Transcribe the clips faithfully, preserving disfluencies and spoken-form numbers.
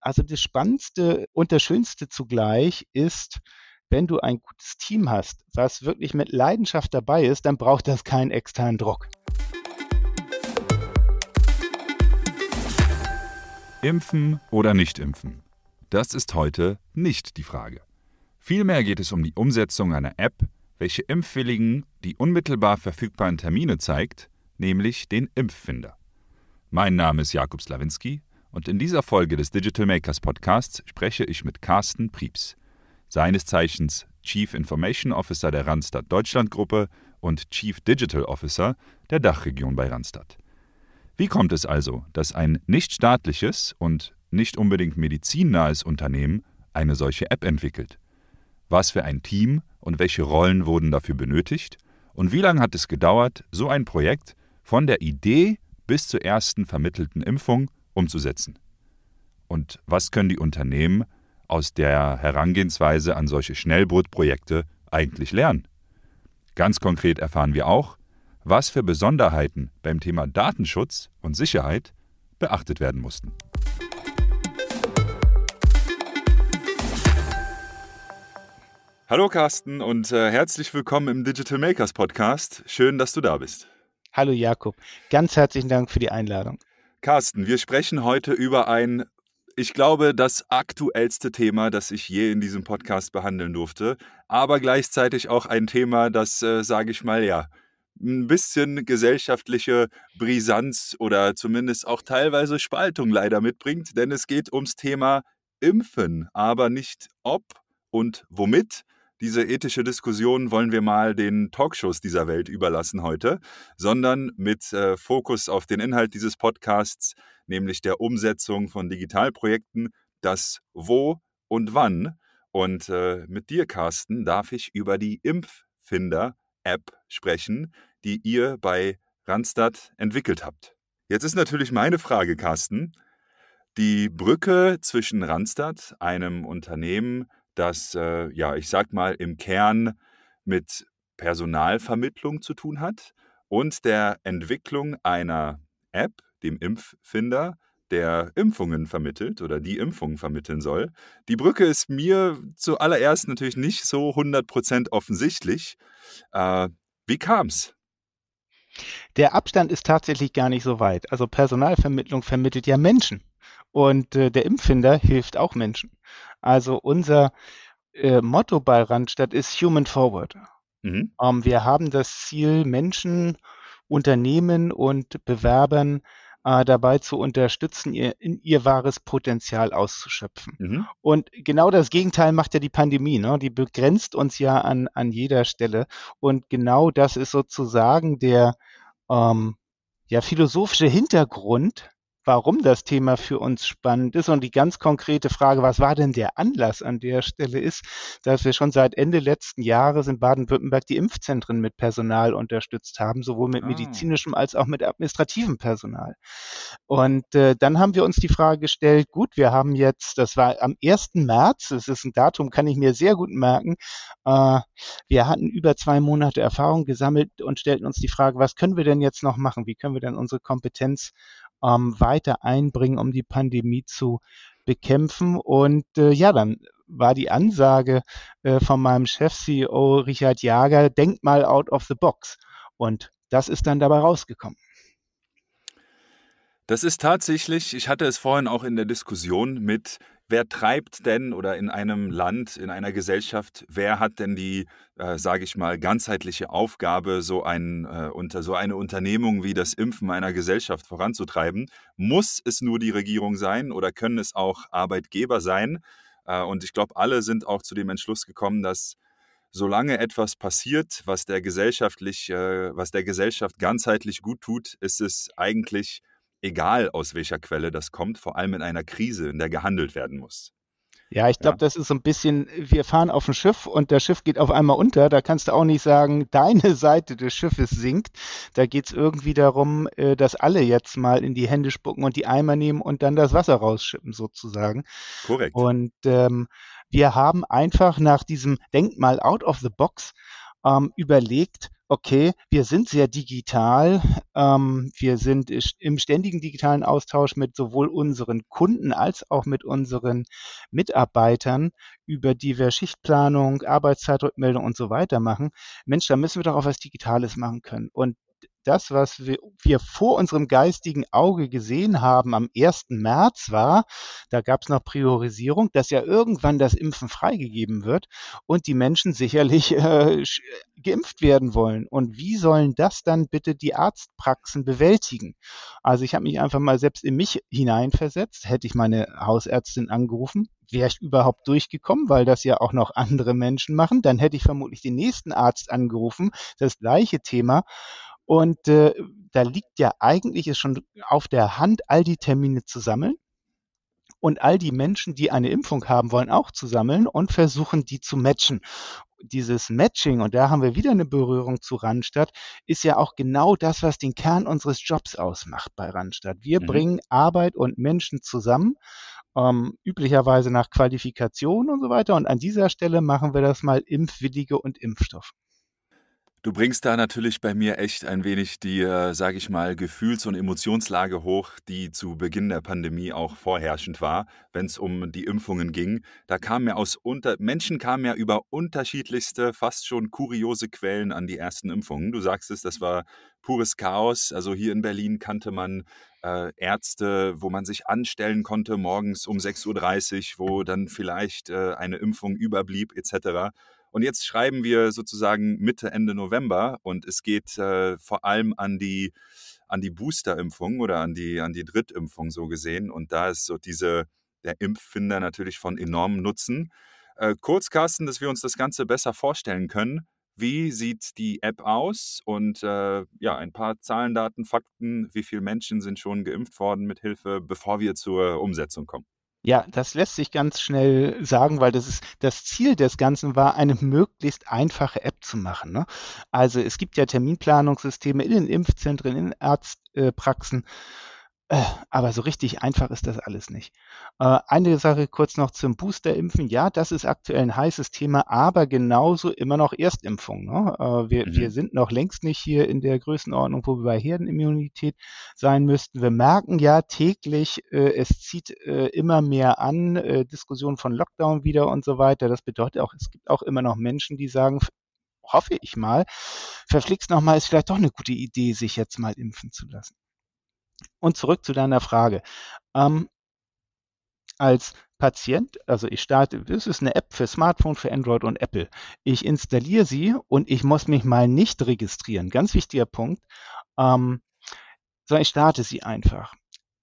Also das Spannendste und das Schönste zugleich ist, wenn du ein gutes Team hast, was wirklich mit Leidenschaft dabei ist, dann braucht das keinen externen Druck. Impfen oder nicht impfen? Das ist heute nicht die Frage. Vielmehr geht es um die Umsetzung einer App, welche Impfwilligen die unmittelbar verfügbaren Termine zeigt, nämlich den Impffinder. Mein Name ist Jakub Slawinski und in dieser Folge des Digital Makers Podcasts spreche ich mit Carsten Prieps, seines Zeichens Chief Information Officer der Randstad Deutschland Gruppe und Chief Digital Officer der Dachregion bei Randstad. Wie kommt es also, dass ein nicht staatliches und nicht unbedingt medizinnahes Unternehmen eine solche App entwickelt? Was für ein Team und welche Rollen wurden dafür benötigt? Und wie lange hat es gedauert, so ein Projekt von der Idee bis zur ersten vermittelten Impfung umzusetzen? Und was können die Unternehmen aus der Herangehensweise an solche Schnellbootprojekte eigentlich lernen? Ganz konkret erfahren wir auch, was für Besonderheiten beim Thema Datenschutz und Sicherheit beachtet werden mussten. Hallo Carsten und äh, herzlich willkommen im Digital Makers Podcast. Schön, dass du da bist. Hallo Jakub, ganz herzlichen Dank für die Einladung. Carsten, wir sprechen heute über ein, ich glaube, das aktuellste Thema, das ich je in diesem Podcast behandeln durfte, aber gleichzeitig auch ein Thema, das, äh, sage ich mal, ja, ein bisschen gesellschaftliche Brisanz oder zumindest auch teilweise Spaltung leider mitbringt, denn es geht ums Thema Impfen, aber nicht ob und womit. Diese ethische Diskussion wollen wir mal den Talkshows dieser Welt überlassen heute, sondern mit äh, Fokus auf den Inhalt dieses Podcasts, nämlich der Umsetzung von Digitalprojekten, das Wo und Wann. Und äh, mit dir, Carsten, darf ich über die Impffinder-App sprechen, die ihr bei Randstad entwickelt habt. Jetzt ist natürlich meine Frage, Carsten, die Brücke zwischen Randstad, einem Unternehmen, das, äh, ja, ich sag mal, im Kern mit Personalvermittlung zu tun hat, und der Entwicklung einer App, dem Impffinder, der Impfungen vermittelt oder die Impfungen vermitteln soll. Die Brücke ist mir zuallererst natürlich nicht so hundert Prozent offensichtlich. Äh, wie kam's? Der Abstand ist tatsächlich gar nicht so weit. Also Personalvermittlung vermittelt ja Menschen und äh, der Impffinder hilft auch Menschen. Also unser äh, Motto bei Randstad ist Human Forward. Mhm. Ähm, wir haben das Ziel, Menschen, Unternehmen und Bewerbern äh, dabei zu unterstützen, ihr, in ihr wahres Potenzial auszuschöpfen. Mhm. Und genau das Gegenteil macht ja die Pandemie, ne? Die begrenzt uns ja an, an jeder Stelle. Und genau das ist sozusagen der ähm, ja, philosophische Hintergrund, warum das Thema für uns spannend ist. Und die ganz konkrete Frage, was war denn der Anlass an der Stelle, ist, dass wir schon seit Ende letzten Jahres in Baden-Württemberg die Impfzentren mit Personal unterstützt haben, sowohl mit Ah. medizinischem als auch mit administrativem Personal. Und äh, dann haben wir uns die Frage gestellt, gut, wir haben jetzt, das war am ersten März, das ist ein Datum, kann ich mir sehr gut merken, äh, wir hatten über zwei Monate Erfahrung gesammelt und stellten uns die Frage, was können wir denn jetzt noch machen? Wie können wir denn unsere Kompetenz ähm, weiter einbringen, um die Pandemie zu bekämpfen? Und äh, ja, dann war die Ansage äh, von meinem Chef, C E O Richard Jager, denkt mal out of the box. Und das ist dann dabei rausgekommen. Das ist tatsächlich, ich hatte es vorhin auch in der Diskussion mit, wer treibt denn oder in einem Land, in einer Gesellschaft, wer hat denn die, äh, sage ich mal, ganzheitliche Aufgabe, so, ein, äh, unter, so eine Unternehmung wie das Impfen einer Gesellschaft voranzutreiben? Muss es nur die Regierung sein oder können es auch Arbeitgeber sein? Äh, und ich glaube, alle sind auch zu dem Entschluss gekommen, dass solange etwas passiert, was der gesellschaftlich, äh, was der Gesellschaft ganzheitlich gut tut, ist es eigentlich egal, aus welcher Quelle das kommt, vor allem in einer Krise, in der gehandelt werden muss. Ja, ich glaube, Ja. das ist so ein bisschen, wir fahren auf ein Schiff und das Schiff geht auf einmal unter. Da kannst du auch nicht sagen, deine Seite des Schiffes sinkt. Da geht es irgendwie darum, äh, dass alle jetzt mal in die Hände spucken und die Eimer nehmen und dann das Wasser rausschippen sozusagen. Korrekt. Und ähm, wir haben einfach nach diesem Denkmal out of the box ähm, überlegt, okay, wir sind sehr digital, ähm, wir sind isch- im ständigen digitalen Austausch mit sowohl unseren Kunden als auch mit unseren Mitarbeitern, über die wir Schichtplanung, Arbeitszeitrückmeldung und so weiter machen. Mensch, da müssen wir doch auch was Digitales machen können. Und das, was wir, wir vor unserem geistigen Auge gesehen haben am ersten März war, da gab es noch Priorisierung, dass ja irgendwann das Impfen freigegeben wird und die Menschen sicherlich äh, geimpft werden wollen. Und wie sollen das dann bitte die Arztpraxen bewältigen? Also ich habe mich einfach mal selbst in mich hineinversetzt. Hätte ich meine Hausärztin angerufen, wäre ich überhaupt durchgekommen, weil das ja auch noch andere Menschen machen. Dann hätte ich vermutlich den nächsten Arzt angerufen, das gleiche Thema. Und äh, da liegt ja eigentlich ist schon auf der Hand, all die Termine zu sammeln und all die Menschen, die eine Impfung haben wollen, auch zu sammeln und versuchen, die zu matchen. Dieses Matching, und da haben wir wieder eine Berührung zu Randstadt, ist ja auch genau das, was den Kern unseres Jobs ausmacht bei Randstadt. Wir Mhm. bringen Arbeit und Menschen zusammen, ähm, üblicherweise nach Qualifikation und so weiter. Und an dieser Stelle machen wir das mal Impfwillige und Impfstoff. Du bringst da natürlich bei mir echt ein wenig die, äh, sage ich mal, Gefühls- und Emotionslage hoch, die zu Beginn der Pandemie auch vorherrschend war, wenn es um die Impfungen ging. Da kamen ja aus unter Menschen kamen ja über unterschiedlichste, fast schon kuriose Quellen an die ersten Impfungen. Du sagst es, das war pures Chaos. Also hier in Berlin kannte man äh, Ärzte, wo man sich anstellen konnte morgens um sechs Uhr dreißig, wo dann vielleicht äh, eine Impfung überblieb et cetera. Und jetzt schreiben wir sozusagen Mitte, Ende November und es geht äh, vor allem an die, an die Boosterimpfung oder an die, an die Drittimpfung so gesehen. Und da ist so diese, der Impffinder natürlich von enormem Nutzen. Äh, kurz, Carsten, dass wir uns das Ganze besser vorstellen können. Wie sieht die App aus? Und äh, ja, ein paar Zahlen, Daten, Fakten. Wie viele Menschen sind schon geimpft worden mit Hilfe, bevor wir zur Umsetzung kommen? Ja, das lässt sich ganz schnell sagen, weil das ist das Ziel des Ganzen war, eine möglichst einfache App zu machen. Ne? Also es gibt ja Terminplanungssysteme in den Impfzentren, in Arztpraxen, äh, aber so richtig einfach ist das alles nicht. Äh, eine Sache kurz noch zum Boosterimpfen. Ja, das ist aktuell ein heißes Thema, aber genauso immer noch Erstimpfung. Ne? Äh, wir, wir Mhm. sind noch längst nicht hier in der Größenordnung, wo wir bei Herdenimmunität sein müssten. Wir merken ja täglich, äh, es zieht äh, immer mehr an, äh, Diskussionen von Lockdown wieder und so weiter. Das bedeutet auch, es gibt auch immer noch Menschen, die sagen, hoffe ich mal, verflixt nochmal, ist vielleicht doch eine gute Idee, sich jetzt mal impfen zu lassen. Und zurück zu deiner Frage. Ähm, als Patient, also ich starte, das ist eine App für Smartphone, für Android und Apple. Ich installiere sie und ich muss mich mal nicht registrieren. Ganz wichtiger Punkt. Ähm, sondern ich starte sie einfach.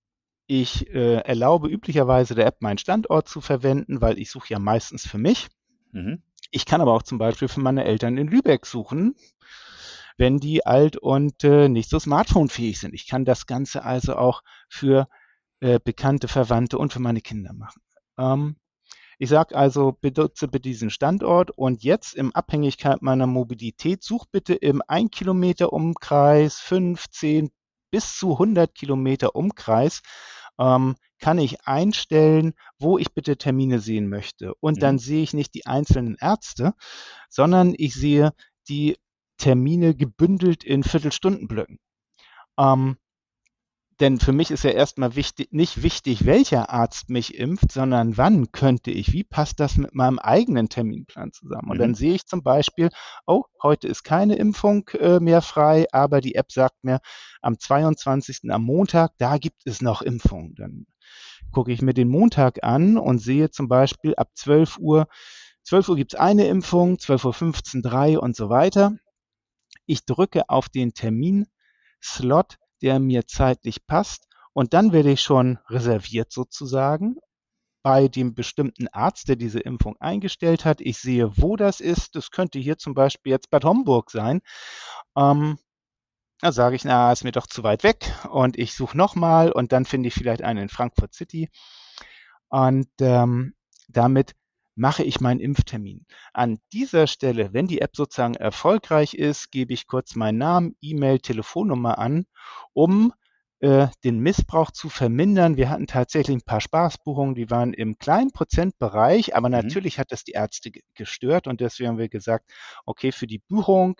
Ich äh, erlaube üblicherweise der App meinen Standort zu verwenden, weil ich suche ja meistens für mich. Mhm. Ich kann aber auch zum Beispiel für meine Eltern in Lübeck suchen, wenn die alt und äh, nicht so smartphonefähig sind. Ich kann das Ganze also auch für äh, bekannte Verwandte und für meine Kinder machen. Ähm, ich sage also, benutze bitte diesen Standort und jetzt in Abhängigkeit meiner Mobilität, such bitte im ein Kilometer Umkreis, fünfzehn bis zu hundert Kilometer Umkreis, ähm, kann ich einstellen, wo ich bitte Termine sehen möchte. Und dann Mhm. sehe ich nicht die einzelnen Ärzte, sondern ich sehe die Termine gebündelt in Viertelstundenblöcken. Ähm, denn für mich ist ja erstmal wichtig, nicht wichtig, welcher Arzt mich impft, sondern wann könnte ich, wie passt das mit meinem eigenen Terminplan zusammen? Und dann Mhm. sehe ich zum Beispiel, oh, heute ist keine Impfung äh, mehr frei, aber die App sagt mir, am zweiundzwanzigsten am Montag, da gibt es noch Impfungen. Dann gucke ich mir den Montag an und sehe zum Beispiel ab zwölf Uhr, zwölf Uhr gibt es eine Impfung, zwölf Uhr fünfzehn drei und so weiter. Ich drücke auf den Terminslot, der mir zeitlich passt. Und dann werde ich schon reserviert sozusagen bei dem bestimmten Arzt, der diese Impfung eingestellt hat. Ich sehe, wo das ist. Das könnte hier zum Beispiel jetzt Bad Homburg sein. Ähm, da sage ich, na, ist mir doch zu weit weg. Und ich suche nochmal und dann finde ich vielleicht einen in Frankfurt City. Und ähm, damit mache ich meinen Impftermin. An dieser Stelle, wenn die App sozusagen erfolgreich ist, gebe ich kurz meinen Namen, E-Mail, Telefonnummer an, um äh, den Missbrauch zu vermindern. Wir hatten tatsächlich ein paar Spaßbuchungen, die waren im kleinen Prozentbereich, aber Mhm. natürlich hat das die Ärzte gestört und deswegen haben wir gesagt, okay, für die Buchung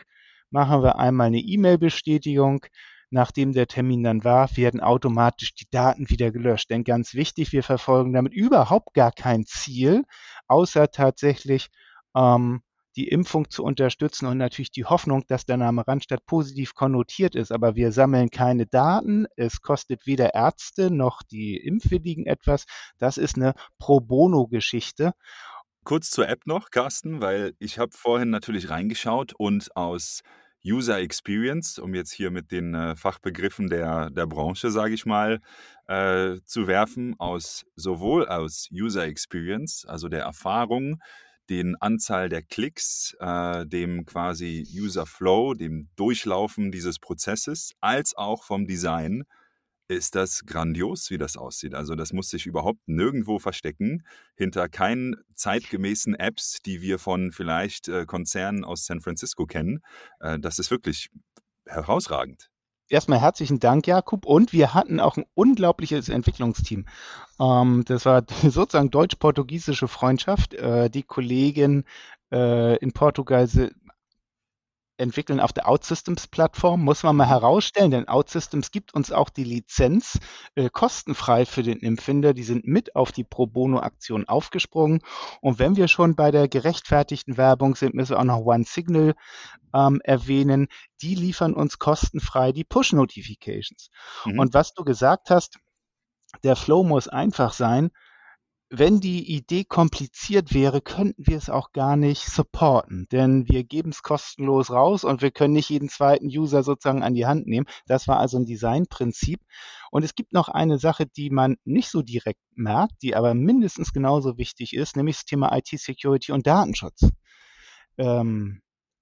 machen wir einmal eine E-Mail-Bestätigung. Nachdem der Termin dann war, werden automatisch die Daten wieder gelöscht. Denn ganz wichtig, wir verfolgen damit überhaupt gar kein Ziel, außer tatsächlich ähm, die Impfung zu unterstützen und natürlich die Hoffnung, dass der Name Randstadt positiv konnotiert ist. Aber wir sammeln keine Daten. Es kostet weder Ärzte noch die Impfwilligen etwas. Das ist eine Pro-Bono-Geschichte. Kurz zur App noch, Carsten, weil ich habe vorhin natürlich reingeschaut und aus User Experience, um jetzt hier mit den äh, Fachbegriffen der, der Branche, sage ich mal, äh, zu werfen, aus sowohl aus User Experience, also der Erfahrung, den Anzahl der Klicks, äh, dem quasi User Flow, dem Durchlaufen dieses Prozesses, als auch vom Design ist das grandios, wie das aussieht. Also das muss sich überhaupt nirgendwo verstecken, hinter keinen zeitgemäßen Apps, die wir von vielleicht äh, Konzernen aus San Francisco kennen. Äh, das ist wirklich herausragend. Erstmal herzlichen Dank, Jakub. Und wir hatten auch ein unglaubliches Entwicklungsteam. Ähm, das war sozusagen deutsch-portugiesische Freundschaft. Äh, die Kollegen äh, in Portugal si- entwickeln auf der OutSystems-Plattform, muss man mal herausstellen, denn OutSystems gibt uns auch die Lizenz äh, kostenfrei für den Empfinder. Die sind mit auf die Pro Bono-Aktion aufgesprungen. Und wenn wir schon bei der gerechtfertigten Werbung sind, müssen wir auch noch OneSignal ähm, erwähnen. Die liefern uns kostenfrei die Push-Notifications. Mhm. Und was du gesagt hast, der Flow muss einfach sein. Wenn die Idee kompliziert wäre, könnten wir es auch gar nicht supporten, denn wir geben es kostenlos raus und wir können nicht jeden zweiten User sozusagen an die Hand nehmen. Das war also ein Designprinzip. Und es gibt noch eine Sache, die man nicht so direkt merkt, die aber mindestens genauso wichtig ist, nämlich das Thema I T-Security und Datenschutz. Ähm,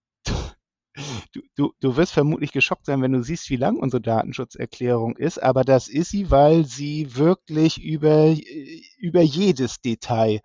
Du, du, du wirst vermutlich geschockt sein, wenn du siehst, wie lang unsere Datenschutzerklärung ist, aber das ist sie, weil sie wirklich über, über jedes Detail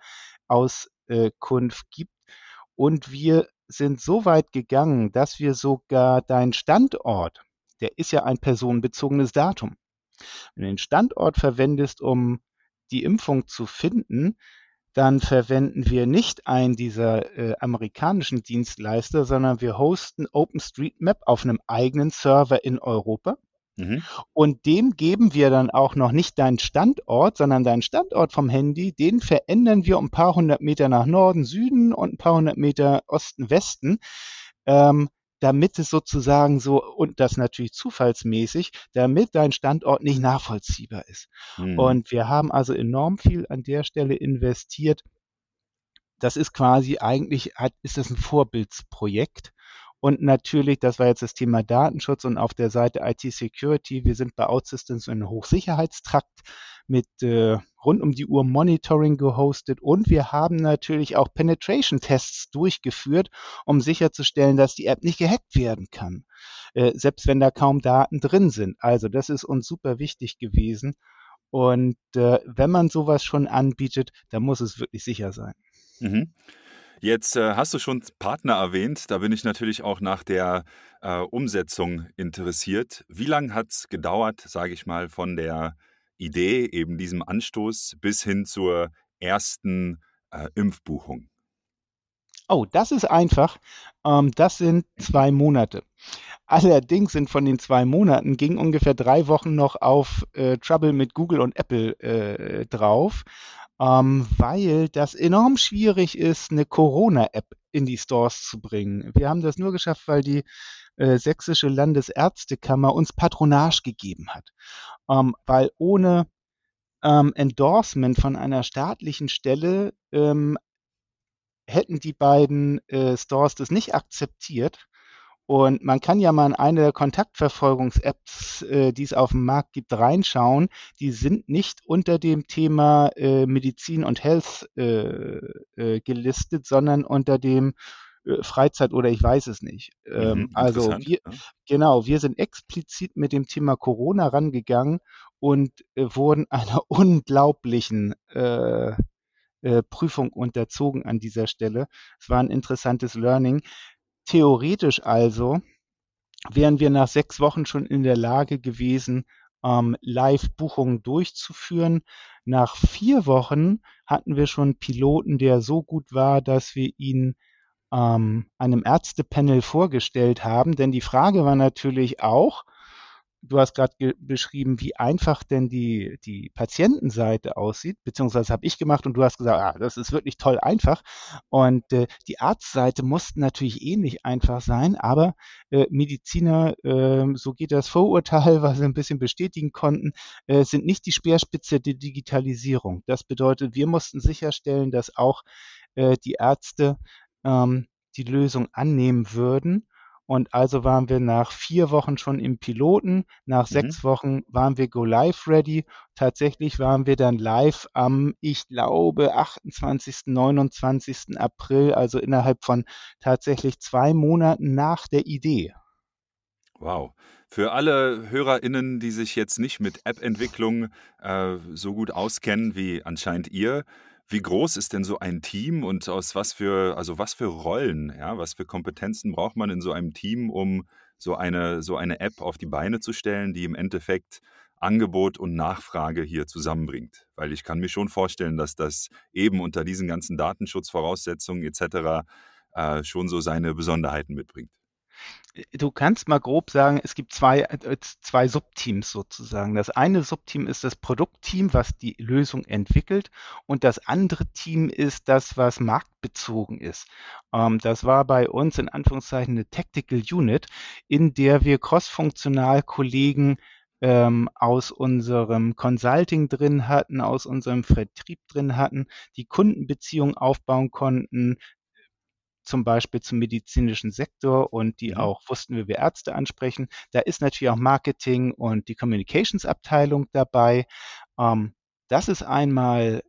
Auskunft gibt. Und wir sind so weit gegangen, dass wir sogar deinen Standort, der ist ja ein personenbezogenes Datum, wenn du den Standort verwendest, um die Impfung zu finden, dann verwenden wir nicht einen dieser äh, amerikanischen Dienstleister, sondern wir hosten OpenStreetMap auf einem eigenen Server in Europa. Mhm. Und dem geben wir dann auch noch nicht deinen Standort, sondern deinen Standort vom Handy, den verändern wir um ein paar hundert Meter nach Norden, Süden und ein paar hundert Meter Osten, Westen. Ähm, damit es sozusagen so, und das natürlich zufallsmäßig, damit dein Standort nicht nachvollziehbar ist. Mhm. Und wir haben also enorm viel an der Stelle investiert. Das ist quasi eigentlich, hat, ist das ein Vorbildsprojekt. Und natürlich, das war jetzt das Thema Datenschutz und auf der Seite I T Security. Wir sind bei OutSystems in einem Hochsicherheitstrakt mit äh, rund um die Uhr Monitoring gehostet und wir haben natürlich auch Penetration-Tests durchgeführt, um sicherzustellen, dass die App nicht gehackt werden kann, äh, selbst wenn da kaum Daten drin sind. Also das ist uns super wichtig gewesen. Und äh, wenn man sowas schon anbietet, dann muss es wirklich sicher sein. Mhm. Jetzt äh, hast du schon Partner erwähnt. Da bin ich natürlich auch nach der äh, Umsetzung interessiert. Wie lange hat es gedauert, sage ich mal, von der Idee, eben diesem Anstoß, bis hin zur ersten äh, Impfbuchung? Oh, das ist einfach. Ähm, das sind zwei Monate. Allerdings sind von den zwei Monaten ging ungefähr drei Wochen noch auf äh, Trouble mit Google und Apple äh, drauf, ähm, weil das enorm schwierig ist, eine Corona-App in die Stores zu bringen. Wir haben das nur geschafft, weil die äh, sächsische Landesärztekammer uns Patronage gegeben hat, ähm, weil ohne ähm, Endorsement von einer staatlichen Stelle ähm, hätten die beiden äh, Stores das nicht akzeptiert. Und man kann ja mal in eine der Kontaktverfolgungs-Apps, äh, die es auf dem Markt gibt, reinschauen. Die sind nicht unter dem Thema äh, Medizin und Health äh, äh, gelistet, sondern unter dem äh, Freizeit oder ich weiß es nicht. Ähm, Mhm, also interessant. wir, Ja. genau, wir sind explizit mit dem Thema Corona rangegangen und äh, wurden einer unglaublichen äh, äh, Prüfung unterzogen an dieser Stelle. Es war ein interessantes Learning. Theoretisch also wären wir nach sechs Wochen schon in der Lage gewesen, ähm, Live-Buchungen durchzuführen. Nach vier Wochen hatten wir schon einen Piloten, der so gut war, dass wir ihn ähm, einem Ärztepanel vorgestellt haben. Denn die Frage war natürlich auch, du hast gerade beschrieben, wie einfach denn die, die Patientenseite aussieht, beziehungsweise habe ich gemacht und du hast gesagt, ah, das ist wirklich toll einfach. Und äh, die Arztseite musste natürlich ähnlich einfach sein, aber äh, Mediziner, äh, so geht das Vorurteil, was sie ein bisschen bestätigen konnten, äh, sind nicht die Speerspitze der Digitalisierung. Das bedeutet, wir mussten sicherstellen, dass auch äh, die Ärzte ähm, die Lösung annehmen würden. Und also waren wir nach vier Wochen schon im Piloten. Nach Mhm. sechs Wochen waren wir go live ready. Tatsächlich waren wir dann live am, ich glaube, achtundzwanzigsten, neunundzwanzigsten April, also innerhalb von tatsächlich zwei Monaten nach der Idee. Wow. Für alle HörerInnen, die sich jetzt nicht mit App-Entwicklung äh, so gut auskennen wie anscheinend ihr, wie groß ist denn so ein Team und aus was für, also was für Rollen, ja, was für Kompetenzen braucht man in so einem Team, um so eine, so eine App auf die Beine zu stellen, die im Endeffekt Angebot und Nachfrage hier zusammenbringt? Weil ich kann mir schon vorstellen, dass das eben unter diesen ganzen Datenschutzvoraussetzungen et cetera äh, schon so seine Besonderheiten mitbringt. Du kannst mal grob sagen, es gibt zwei, äh, zwei Subteams sozusagen. Das eine Subteam ist das Produktteam, was die Lösung entwickelt, und das andere Team ist das, was marktbezogen ist. Ähm, das war bei uns in Anführungszeichen eine Tactical Unit, in der wir crossfunktional Kollegen ähm, aus unserem Consulting drin hatten, aus unserem Vertrieb drin hatten, die Kundenbeziehungen aufbauen konnten, zum Beispiel zum medizinischen Sektor, und die Mhm. auch wussten, wie wir Ärzte ansprechen. Da ist natürlich auch Marketing und die Communications-Abteilung dabei. Ähm, das ist einmal,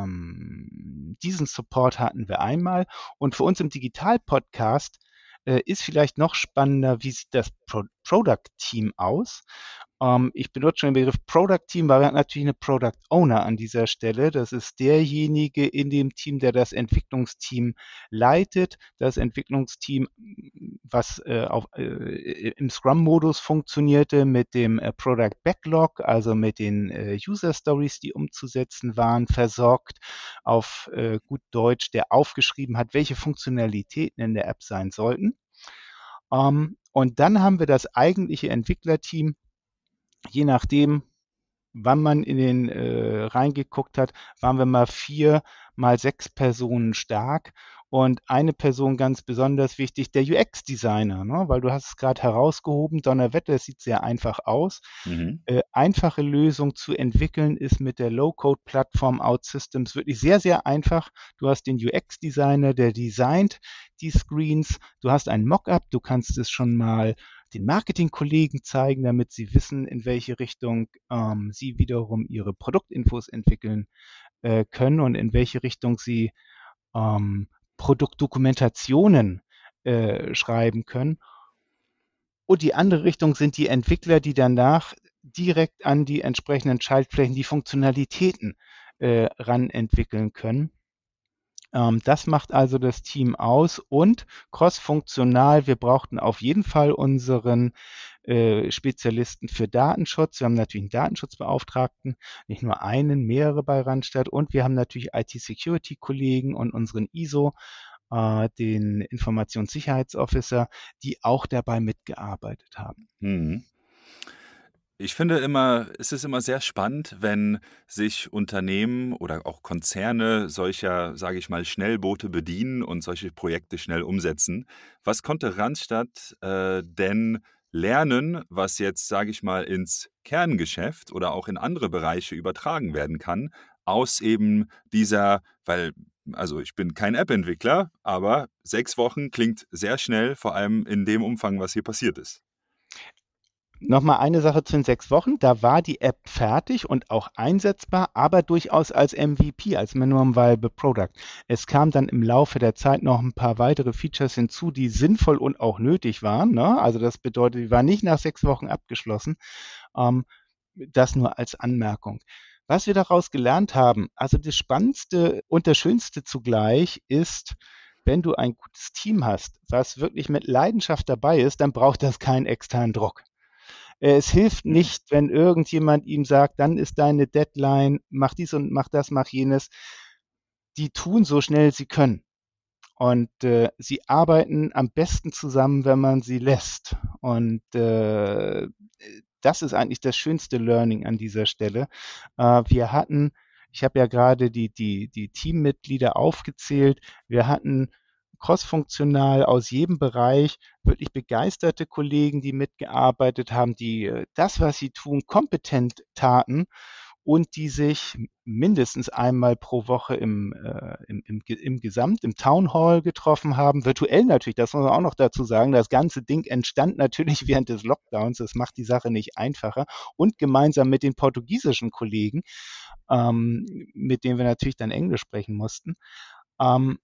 ähm, diesen Support hatten wir einmal. Und für uns im Digital-Podcast äh, ist vielleicht noch spannender, wie sieht das Pro Product-Team aus? Ähm, ich benutze schon den Begriff Product Team, weil wir haben natürlich eine Product Owner an dieser Stelle. Das ist derjenige in dem Team, der das Entwicklungsteam leitet. Das Entwicklungsteam, was äh, auf, äh, im Scrum-Modus funktionierte, mit dem äh, Product Backlog, also mit den äh, User Stories, die umzusetzen waren, versorgt, auf äh, gut Deutsch, der aufgeschrieben hat, welche Funktionalitäten in der App sein sollten. Ähm, und dann haben wir das eigentliche Entwicklerteam, je nachdem, wann man in den äh, reingeguckt hat, waren wir mal vier mal sechs Personen stark, und eine Person ganz besonders wichtig, der U X-Designer, ne? Weil du hast es gerade herausgehoben, Donnerwetter, es sieht sehr einfach aus. Mhm. Äh, einfache Lösung zu entwickeln ist mit der Low-Code-Plattform OutSystems wirklich sehr, sehr einfach. Du hast den U X-Designer, der designt die Screens. Du hast ein Mockup, du kannst es schon mal den Marketingkollegen zeigen, damit sie wissen, in welche Richtung ähm, sie wiederum ihre Produktinfos entwickeln äh, können und in welche Richtung sie ähm, Produktdokumentationen äh, schreiben können. Und die andere Richtung sind die Entwickler, die danach direkt an die entsprechenden Schaltflächen die Funktionalitäten äh, ran entwickeln können. Ähm, das macht also das Team aus, und crossfunktional. Wir brauchten auf jeden Fall unseren äh, Spezialisten für Datenschutz. Wir haben natürlich einen Datenschutzbeauftragten, nicht nur einen, mehrere bei Randstad, und wir haben natürlich I T-Security-Kollegen und unseren I S O, äh, den Informationssicherheitsofficer, die auch dabei mitgearbeitet haben. Mhm. Ich finde immer, es ist immer sehr spannend, wenn sich Unternehmen oder auch Konzerne solcher, sage ich mal, Schnellboote bedienen und solche Projekte schnell umsetzen. Was konnte Randstad äh, denn lernen, was jetzt, sage ich mal, ins Kerngeschäft oder auch in andere Bereiche übertragen werden kann, aus eben dieser, weil, also ich bin kein App-Entwickler, aber sechs Wochen klingt sehr schnell, vor allem in dem Umfang, was hier passiert ist. Nochmal eine Sache zu den sechs Wochen. Da war die App fertig und auch einsetzbar, aber durchaus als M V P, als Minimum Viable Product. Es kam dann im Laufe der Zeit noch ein paar weitere Features hinzu, die sinnvoll und auch nötig waren. Ne? Also das bedeutet, die war nicht nach sechs Wochen abgeschlossen. Ähm, das nur als Anmerkung. Was wir daraus gelernt haben, also das Spannendste und das Schönste zugleich ist, wenn du ein gutes Team hast, was wirklich mit Leidenschaft dabei ist, dann braucht das keinen externen Druck. Es hilft Mhm. nicht, wenn irgendjemand ihm sagt, dann ist deine Deadline, mach dies und mach das, mach jenes. Die tun so schnell sie können. Und äh, sie arbeiten am besten zusammen, wenn man sie lässt. Und äh, das ist eigentlich das schönste Learning an dieser Stelle. Äh, wir hatten, ich habe ja gerade die, die, die Teammitglieder aufgezählt, wir hatten crossfunktional aus jedem Bereich wirklich begeisterte Kollegen, die mitgearbeitet haben, die äh, das, was sie tun, kompetent taten und die sich mindestens einmal pro Woche im, äh, im, im, im Gesamt, im Town Hall getroffen haben. Virtuell natürlich, das muss man auch noch dazu sagen. Das ganze Ding entstand natürlich während des Lockdowns. Das macht die Sache nicht einfacher. Und gemeinsam mit den portugiesischen Kollegen, ähm, mit denen wir natürlich dann Englisch sprechen mussten. Ähm,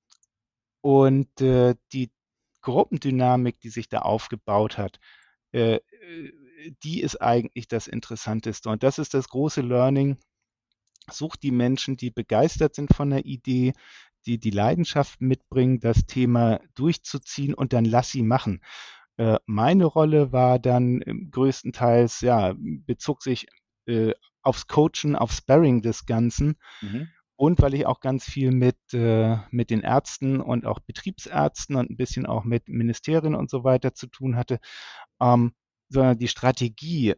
und äh, die Gruppendynamik, die sich da aufgebaut hat, äh, die ist eigentlich das Interessanteste. Und das ist das große Learning. Such die Menschen, die begeistert sind von der Idee, die die Leidenschaft mitbringen, das Thema durchzuziehen und dann lass sie machen. Äh, meine Rolle war dann größtenteils, ja, bezog sich äh, aufs Coachen, aufs Sparring des Ganzen. Mhm. Und weil ich auch ganz viel mit, äh, mit den Ärzten und auch Betriebsärzten und ein bisschen auch mit Ministerien und so weiter zu tun hatte, ähm, sondern die Strategie,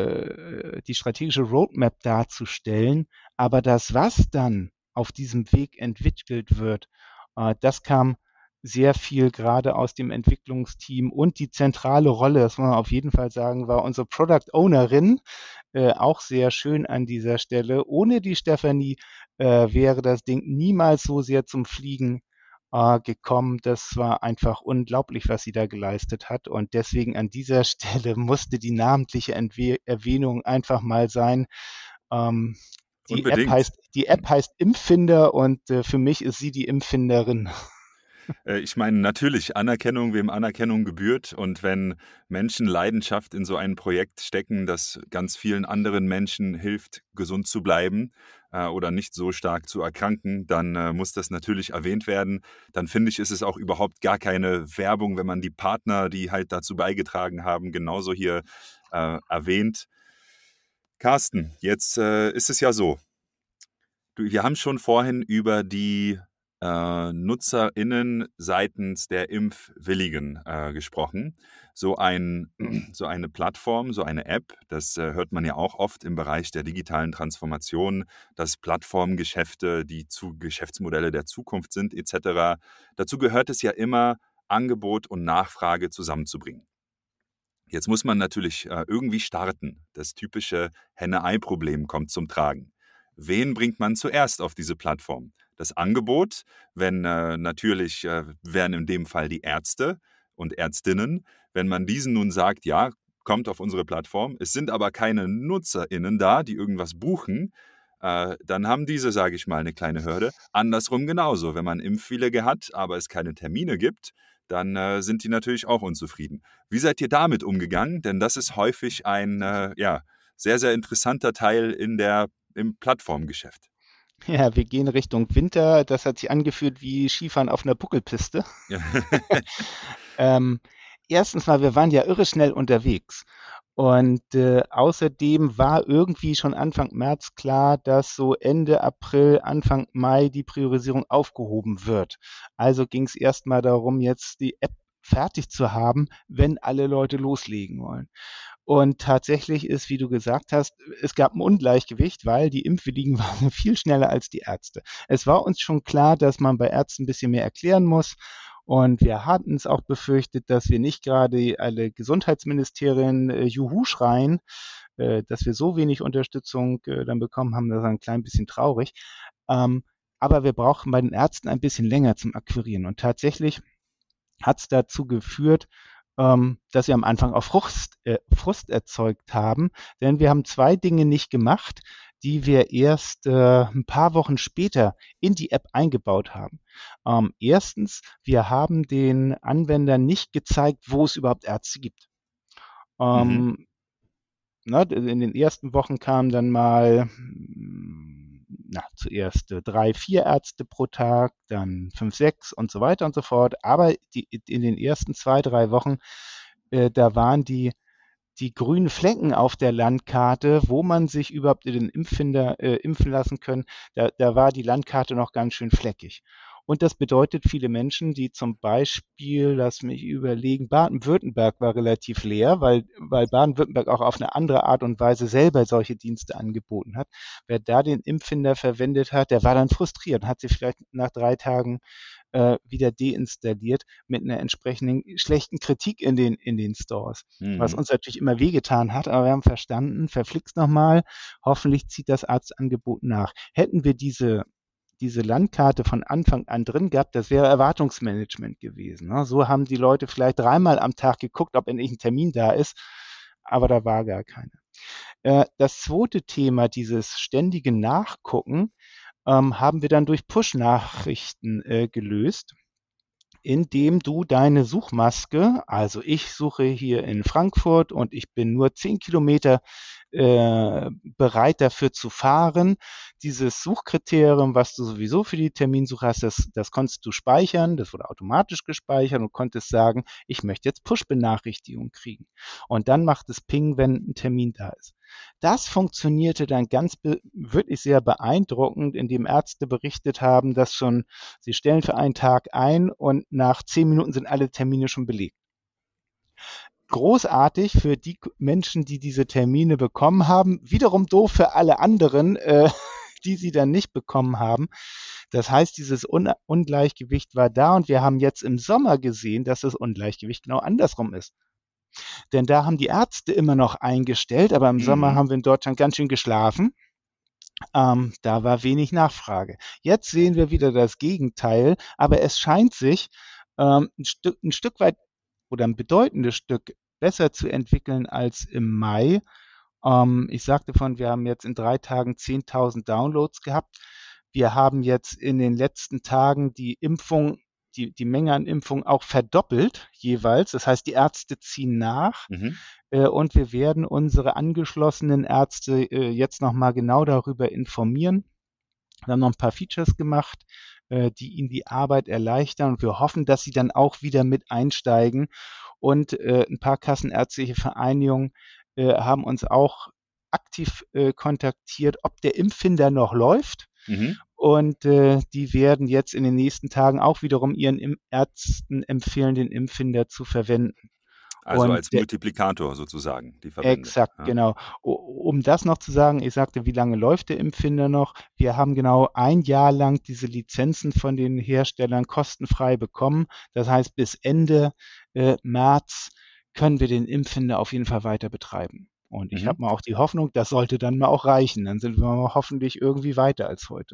äh, die strategische Roadmap darzustellen. Aber das, was dann auf diesem Weg entwickelt wird, äh, das kam sehr viel gerade aus dem Entwicklungsteam und die zentrale Rolle, das muss man auf jeden Fall sagen, war unsere Product Ownerin, äh, auch sehr schön an dieser Stelle. Ohne die Stefanie äh, wäre das Ding niemals so sehr zum Fliegen äh, gekommen. Das war einfach unglaublich, was sie da geleistet hat. Und deswegen an dieser Stelle musste die namentliche Entwe Erwähnung einfach mal sein. Ähm, die App Unbedingt. heißt, die App heißt Impffinder und äh, für mich ist sie die Impffinderin. Äh, Ich meine, natürlich Anerkennung, wem Anerkennung gebührt. Und wenn Menschen Leidenschaft in so ein Projekt stecken, das ganz vielen anderen Menschen hilft, gesund zu bleiben äh, oder nicht so stark zu erkranken, dann äh, muss das natürlich erwähnt werden. Dann finde ich, ist es auch überhaupt gar keine Werbung, wenn man die Partner, die halt dazu beigetragen haben, genauso hier äh, erwähnt. Carsten, jetzt äh, ist es ja so. Du, wir haben schon vorhin über die äh, NutzerInnen seitens der Impfwilligen äh, gesprochen. So, ein, so eine Plattform, so eine App, das äh, hört man ja auch oft im Bereich der digitalen Transformation, dass Plattformgeschäfte, die zu Geschäftsmodelle der Zukunft sind, et cetera. Dazu gehört es ja immer, Angebot und Nachfrage zusammenzubringen. Jetzt muss man natürlich äh, irgendwie starten. Das typische Henne-Ei-Problem kommt zum Tragen. Wen bringt man zuerst auf diese Plattform? Das Angebot, wenn äh, natürlich äh, wären in dem Fall die Ärzte und Ärztinnen. Wenn man diesen nun sagt, ja, kommt auf unsere Plattform, es sind aber keine NutzerInnen da, die irgendwas buchen, äh, dann haben diese, sage ich mal, eine kleine Hürde. Andersrum genauso. Wenn man Impfwillige hat, aber es keine Termine gibt, dann äh, sind die natürlich auch unzufrieden. Wie seid ihr damit umgegangen? Denn das ist häufig ein äh, ja, sehr, sehr interessanter Teil in der, im Plattformgeschäft. Ja, wir gehen Richtung Winter. Das hat sich angefühlt wie Skifahren auf einer Buckelpiste. Ja. ähm, erstens mal, wir waren ja irre schnell unterwegs. Und äh, außerdem war irgendwie schon Anfang März klar, dass so Ende April, Anfang Mai die Priorisierung aufgehoben wird. Also ging es erstmal darum, jetzt die App fertig zu haben, wenn alle Leute loslegen wollen. Und tatsächlich ist, wie du gesagt hast, es gab ein Ungleichgewicht, weil die Impfwilligen waren viel schneller als die Ärzte. Es war uns schon klar, dass man bei Ärzten ein bisschen mehr erklären muss. Und wir hatten es auch befürchtet, dass wir nicht gerade alle Gesundheitsministerien äh, Juhu schreien, äh, dass wir so wenig Unterstützung äh, dann bekommen haben. Das war ein klein bisschen traurig. Ähm, aber wir brauchen bei den Ärzten ein bisschen länger zum Akquirieren. Und tatsächlich hat es dazu geführt, ähm, dass wir am Anfang auch Frust, äh, Frust erzeugt haben. Denn wir haben zwei Dinge nicht gemacht, die wir erst äh, ein paar Wochen später in die App eingebaut haben. Ähm, erstens, wir haben den Anwendern nicht gezeigt, wo es überhaupt Ärzte gibt. Mhm. Ähm, na, in den ersten Wochen kamen dann mal na, zuerst äh, drei, vier Ärzte pro Tag, dann fünf, sechs und so weiter und so fort. Aber die, in den ersten zwei, drei Wochen, äh, da waren die, die grünen Flecken auf der Landkarte, wo man sich überhaupt in den Impffinder äh, impfen lassen können, da, da war die Landkarte noch ganz schön fleckig. Und das bedeutet, viele Menschen, die zum Beispiel, lass mich überlegen, Baden-Württemberg war relativ leer, weil, weil Baden-Württemberg auch auf eine andere Art und Weise selber solche Dienste angeboten hat. Wer da den Impffinder verwendet hat, der war dann frustriert, hat sie vielleicht nach drei Tagen äh, wieder deinstalliert mit einer entsprechenden schlechten Kritik in den, in den Stores, was Mhm. uns natürlich immer wehgetan hat, aber wir haben verstanden, verflixt nochmal, hoffentlich zieht das Arztangebot nach. Hätten wir diese diese Landkarte von Anfang an drin gehabt, das wäre Erwartungsmanagement gewesen. Ne? So haben die Leute vielleicht dreimal am Tag geguckt, ob endlich ein Termin da ist, aber da war gar keiner. Äh, das zweite Thema, dieses ständige Nachgucken, ähm, haben wir dann durch Push-Nachrichten äh, gelöst, indem du deine Suchmaske, also ich suche hier in Frankfurt und ich bin nur zehn Kilometer äh, bereit dafür zu fahren. Dieses Suchkriterium, was du sowieso für die Terminsuche hast, das, das konntest du speichern, das wurde automatisch gespeichert und konntest sagen, ich möchte jetzt Push-Benachrichtigungen kriegen. Und dann macht es Ping, wenn ein Termin da ist. Das funktionierte dann ganz wirklich sehr beeindruckend, indem Ärzte berichtet haben, dass schon sie stellen für einen Tag ein und nach zehn Minuten sind alle Termine schon belegt. Großartig für die Menschen, die diese Termine bekommen haben, wiederum doof für alle anderen, äh, die sie dann nicht bekommen haben. Das heißt, dieses Un Ungleichgewicht war da und wir haben jetzt im Sommer gesehen, dass das Ungleichgewicht genau andersrum ist. Denn da haben die Ärzte immer noch eingestellt, aber im Sommer Mhm. haben wir in Deutschland ganz schön geschlafen. Ähm, da war wenig Nachfrage. Jetzt sehen wir wieder das Gegenteil, aber es scheint sich ähm, ein, Stück, ein Stück weit oder ein bedeutendes Stück besser zu entwickeln als im Mai. Ähm, ich sagte von, wir haben jetzt in drei Tagen zehntausend Downloads gehabt. Wir haben jetzt in den letzten Tagen die Impfung, die, die Menge an Impfungen auch verdoppelt jeweils. Das heißt, die Ärzte ziehen nach. Mhm. Äh, und wir werden unsere angeschlossenen Ärzte äh, jetzt nochmal genau darüber informieren. Wir haben noch ein paar Features gemacht, äh, die ihnen die Arbeit erleichtern. Und wir hoffen, dass sie dann auch wieder mit einsteigen. Und äh, ein paar kassenärztliche Vereinigungen äh, haben uns auch aktiv äh, kontaktiert, ob der Impffinder noch läuft. Mhm. Und äh, die werden jetzt in den nächsten Tagen auch wiederum ihren Im Ärzten empfehlen, den Impffinder zu verwenden. Also Und als der Multiplikator sozusagen, die Verbände. Exakt, Ja. genau. Um das noch zu sagen, ich sagte, wie lange läuft der Impffinder noch? Wir haben genau ein Jahr lang diese Lizenzen von den Herstellern kostenfrei bekommen. Das heißt, bis Ende äh, März können wir den Impffinder auf jeden Fall weiter betreiben. Und ich Mhm. habe mal auch die Hoffnung, das sollte dann mal auch reichen. Dann sind wir hoffentlich irgendwie weiter als heute.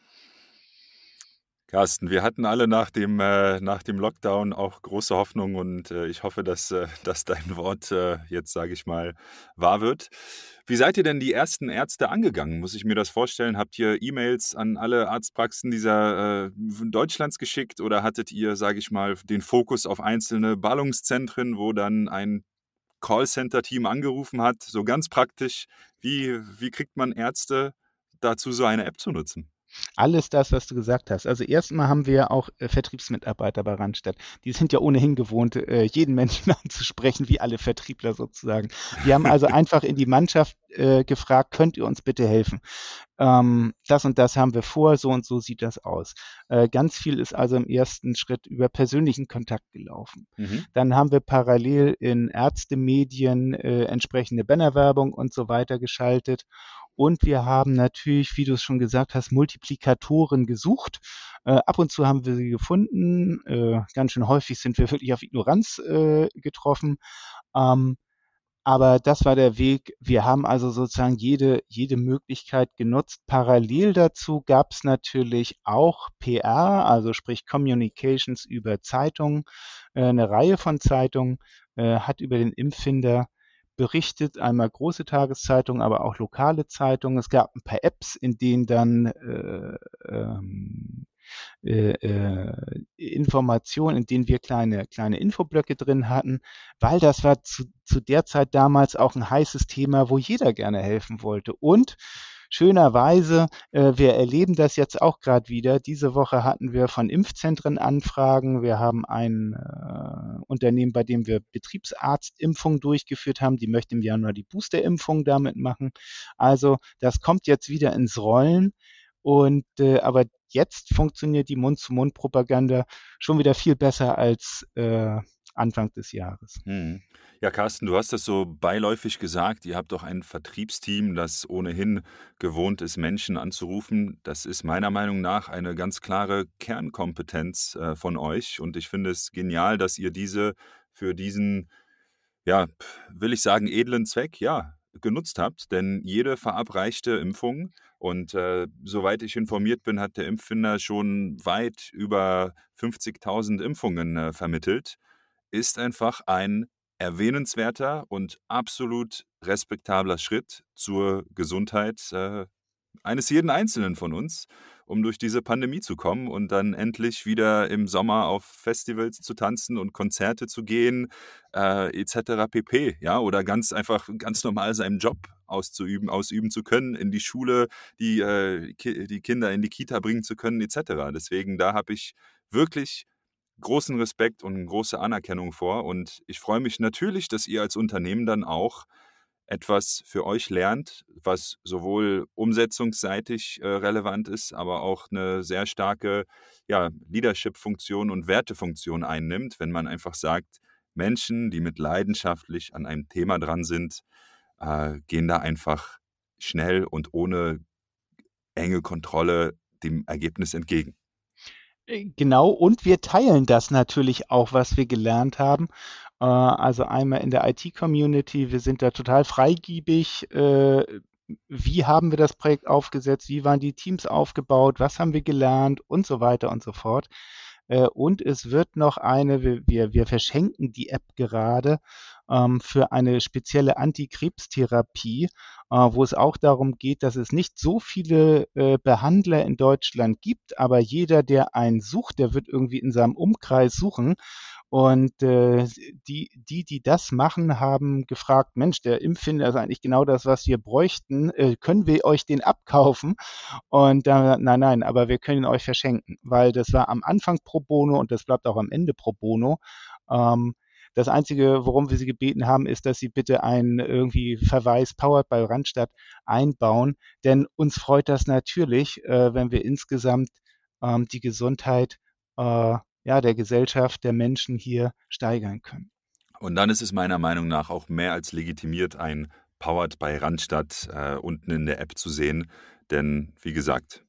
Carsten, wir hatten alle nach dem, äh, nach dem Lockdown auch große Hoffnung und äh, ich hoffe, dass, äh, dass dein Wort äh, jetzt, sage ich mal, wahr wird. Wie seid ihr denn die ersten Ärzte angegangen? Muss ich mir das vorstellen? Habt ihr E-Mails an alle Arztpraxen dieser äh, Deutschlands geschickt oder hattet ihr, sage ich mal, den Fokus auf einzelne Ballungszentren, wo dann ein Callcenter-Team angerufen hat? So ganz praktisch, wie, wie kriegt man Ärzte dazu, so eine App zu nutzen? Alles das, was du gesagt hast. Also erstmal haben wir auch äh, Vertriebsmitarbeiter bei Randstadt. Die sind ja ohnehin gewohnt, äh, jeden Menschen anzusprechen, wie alle Vertriebler sozusagen. Wir haben also einfach in die Mannschaft äh, gefragt, könnt ihr uns bitte helfen? Ähm, das und das haben wir vor, so und so sieht das aus. Äh, ganz viel ist also im ersten Schritt über persönlichen Kontakt gelaufen. Mhm. Dann haben wir parallel in Ärztemedien äh, entsprechende Bannerwerbung und so weiter geschaltet. Und wir haben natürlich, wie du es schon gesagt hast, Multiplikatoren gesucht. Äh, ab und zu haben wir sie gefunden. Äh, ganz schön häufig sind wir wirklich auf Ignoranz äh, getroffen. Ähm, aber das war der Weg. Wir haben also sozusagen jede, jede Möglichkeit genutzt. Parallel dazu gab es natürlich auch P R, also sprich Communications über Zeitungen. Äh, eine Reihe von Zeitungen äh, hat über den Impffinder berichtet, einmal große Tageszeitungen, aber auch lokale Zeitungen. Es gab ein paar Apps, in denen dann äh, ähm, äh, äh, Informationen, in denen wir kleine, kleine Infoblöcke drin hatten, weil das war zu, zu der Zeit damals auch ein heißes Thema, wo jeder gerne helfen wollte. Und schönerweise, äh, wir erleben das jetzt auch gerade wieder. Diese Woche hatten wir von Impfzentren Anfragen. Wir haben ein äh, Unternehmen, bei dem wir Betriebsarztimpfungen durchgeführt haben. Die möchten im Januar die Boosterimpfung damit machen. Also das kommt jetzt wieder ins Rollen. Und äh, aber jetzt funktioniert die Mund-zu-Mund-Propaganda schon wieder viel besser als äh, Anfang des Jahres. Hm. Ja, Carsten, du hast das so beiläufig gesagt. Ihr habt doch ein Vertriebsteam, das ohnehin gewohnt ist, Menschen anzurufen. Das ist meiner Meinung nach eine ganz klare Kernkompetenz äh, von euch. Und ich finde es genial, dass ihr diese für diesen, ja, will ich sagen, edlen Zweck, ja, genutzt habt. Denn jede verabreichte Impfung, und äh, soweit ich informiert bin, hat der Impffinder schon weit über fünfzigtausend Impfungen äh, vermittelt, ist einfach ein erwähnenswerter und absolut respektabler Schritt zur Gesundheit äh, eines jeden Einzelnen von uns, um durch diese Pandemie zu kommen und dann endlich wieder im Sommer auf Festivals zu tanzen und Konzerte zu gehen, äh, et cetera pp. Ja, oder ganz einfach ganz normal seinen Job auszuüben, ausüben zu können, in die Schule, die, äh, Ki die Kinder in die Kita bringen zu können, et cetera. Deswegen, da habe ich wirklich großen Respekt und große Anerkennung vor. Und ich freue mich natürlich, dass ihr als Unternehmen dann auch etwas für euch lernt, was sowohl umsetzungsseitig äh, relevant ist, aber auch eine sehr starke, ja, Leadership-Funktion und Wertefunktion einnimmt, wenn man einfach sagt, Menschen, die mit leidenschaftlich an einem Thema dran sind, äh, gehen da einfach schnell und ohne enge Kontrolle dem Ergebnis entgegen. Äh, Genau, und wir teilen das natürlich auch, was wir gelernt haben. Äh, Also einmal in der I T-Community, wir sind da total freigiebig. Äh, Wie haben wir das Projekt aufgesetzt? Wie waren die Teams aufgebaut? Was haben wir gelernt? Und so weiter und so fort. Äh, Und es wird noch eine, wir, wir, wir verschenken die App gerade ähm, für eine spezielle Antikrebstherapie, äh, wo es auch darum geht, dass es nicht so viele äh, Behandler in Deutschland gibt, aber jeder, der einen sucht, der wird irgendwie in seinem Umkreis suchen. Und äh, die, die, die das machen, haben gefragt, Mensch, der Impffinder ist eigentlich genau das, was wir bräuchten. Äh, können wir euch den abkaufen? Und da, nein, nein, aber wir können ihn euch verschenken, weil das war am Anfang pro bono und das bleibt auch am Ende pro bono. Ähm, Das Einzige, worum wir Sie gebeten haben, ist, dass Sie bitte einen irgendwie Verweis Powered by Randstadt einbauen, denn uns freut das natürlich, äh, wenn wir insgesamt ähm, die Gesundheit äh, ja, der Gesellschaft, der Menschen hier steigern können. Und dann ist es meiner Meinung nach auch mehr als legitimiert, ein Powered by Randstadt äh, unten in der App zu sehen. Denn, wie gesagt,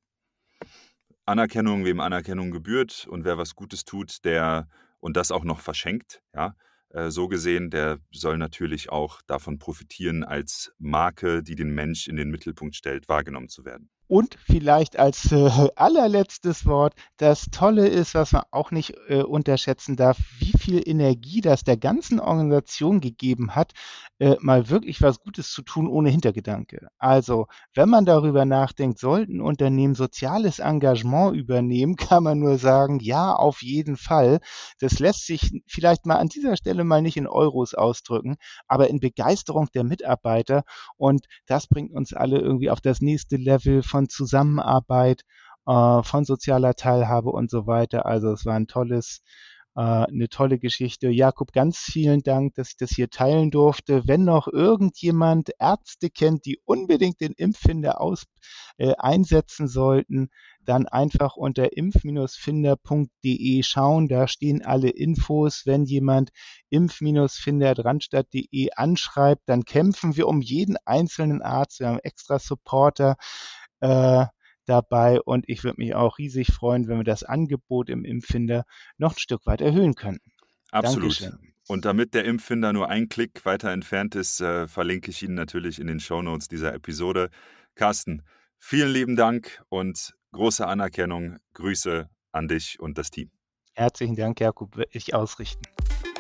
Anerkennung, wem Anerkennung gebührt, und wer was Gutes tut, der und das auch noch verschenkt, ja, äh, so gesehen, der soll natürlich auch davon profitieren, als Marke, die den Mensch in den Mittelpunkt stellt, wahrgenommen zu werden. Und vielleicht als äh, allerletztes Wort, das Tolle ist, was man auch nicht äh, unterschätzen darf, wie viel Energie das der ganzen Organisation gegeben hat, äh, mal wirklich was Gutes zu tun ohne Hintergedanke. Also, wenn man darüber nachdenkt, sollten Unternehmen soziales Engagement übernehmen, kann man nur sagen, ja, auf jeden Fall. Das lässt sich vielleicht mal an dieser Stelle mal nicht in Euros ausdrücken, aber in Begeisterung der Mitarbeiter. Und das bringt uns alle irgendwie auf das nächste Level von Zusammenarbeit, äh, von sozialer Teilhabe und so weiter. Also es war ein tolles, äh, eine tolle Geschichte. Jakob, ganz vielen Dank, dass ich das hier teilen durfte. Wenn noch irgendjemand Ärzte kennt, die unbedingt den Impffinder aus, äh, einsetzen sollten, dann einfach unter impf-finder punkt de schauen. Da stehen alle Infos. Wenn jemand impf-finder punkt randstadt punkt de anschreibt, dann kämpfen wir um jeden einzelnen Arzt. Wir haben extra Supporter äh, dabei und ich würde mich auch riesig freuen, wenn wir das Angebot im Impffinder noch ein Stück weit erhöhen könnten. Absolut. Dankeschön. Und damit der Impffinder nur ein Klick weiter entfernt ist, äh, verlinke ich ihn natürlich in den Shownotes dieser Episode. Carsten, vielen lieben Dank und große Anerkennung. Grüße an dich und das Team. Herzlichen Dank, Jakob, werde ich ausrichten.